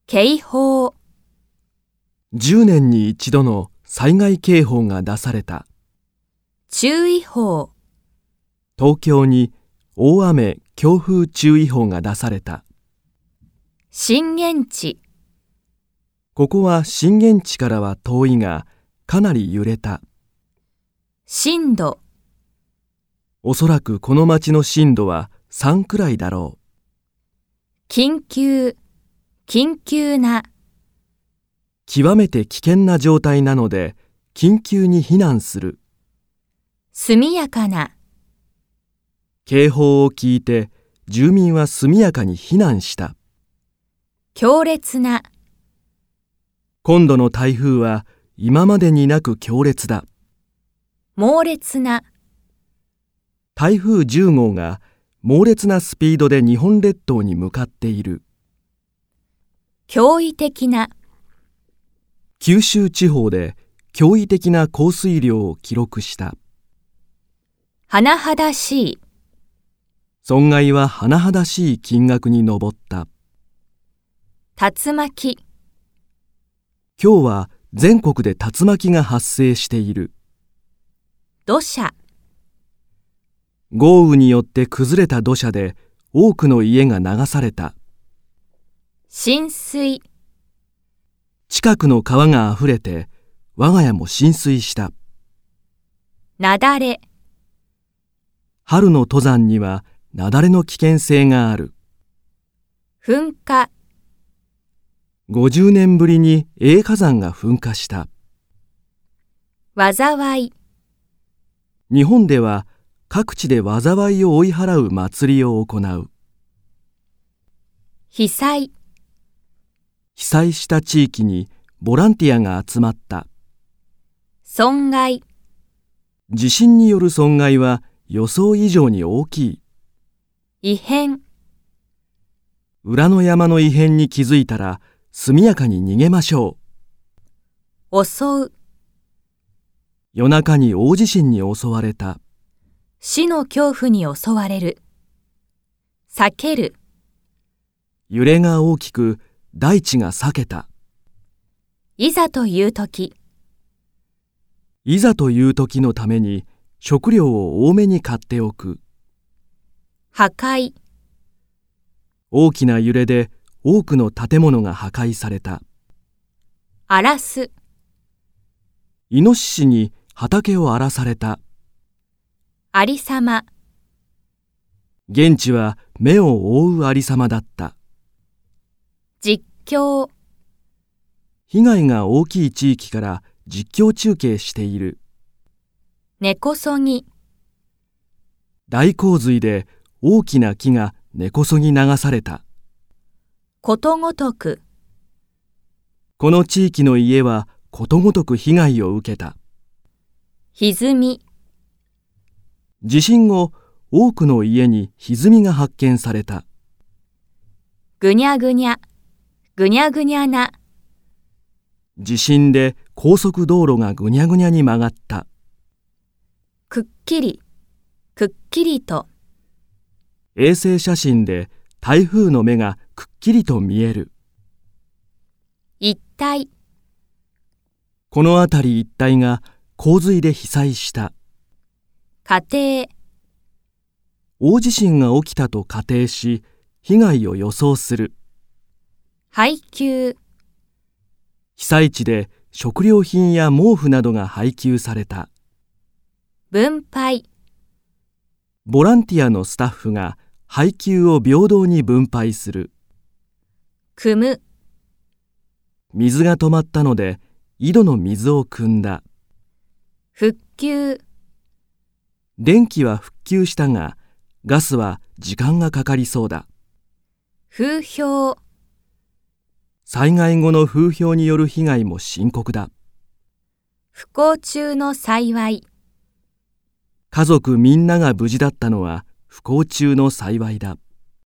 警報。 10年に一度の災害警報が出された。 注意報。 東京に大雨・強風注意報が出された。 震源地。 ここは震源地からは遠いが、かなり揺れた。 震度。 おそらくこの町の震度は3くらいだろう。 緊急。緊急な。 極めて危険な状態なので、緊急に避難する。 速やかな。 警報を聞いて、住民は速やかに避難した。 強烈な。 今度の台風は今までになく強烈だ。 猛烈な。 台風10号が猛烈なスピードで日本列島に向かっている。 驚異的な。 九州地方で驚異的な降水量を記録した。 甚だしい。 損害は甚だしい金額に上った。 竜巻。 今日は全国で竜巻が発生している。 土砂。 豪雨によって崩れた土砂で多くの家が流された。 浸水。 近くの川があふれて我が家も浸水した。 雪崩。 春の登山には雪崩の危険性がある。 噴火。 50年ぶりにA火山が噴火した。 災い。 日本では各地で災いを追い払う祭りを行う。 被災。 被災した地域にボランティアが集まった。 損害。 地震による損害は予想以上に大きい。 異変。 裏の山の異変に気づいたら速やかに逃げましょ襲う。 う。夜中に大地震に襲われた。 死の恐怖に襲われる。避ける。 揺れが大きく大地が裂けた。 いざという時。 いざという時のために食料を多めに買っておく。 破壊。 大きな揺れで多くの建物が破壊された。 荒らす。 イノシシに畑を荒らされた。 ありさま。 現地は目を覆うありさまだった。 実況。 被害が大きい地域から実況中継している。 根こそぎ。 大洪水で大きな木が根こそぎ流された。 ことごとく。 この地域の家はことごとく被害を受けた。 歪み。 地震後、多くの家に歪みが発見された。 ぐにゃぐにゃ。ぐにゃぐにゃな。 地震で高速道路がぐにゃぐにゃに曲がった。 くっきり。くっきりと。 衛星写真で台風の目がくっきりと見える。 一帯。 この辺り一帯が洪水で被災した。 家庭。 大地震が起きたと仮定し、被害を予想する。 配給。 被災地で食料品や毛布などが配給された。 分配。 ボランティアのスタッフが配給を平等に分配する。 汲む。 水が止まったので井戸の水を汲んだ。 復旧。 電気は復旧したがガスは時間がかかりそうだ。 風評。 災害後の風評による被害も深刻だ。 不幸中の幸い。 家族みんなが無事だったのは不幸中の幸いだ。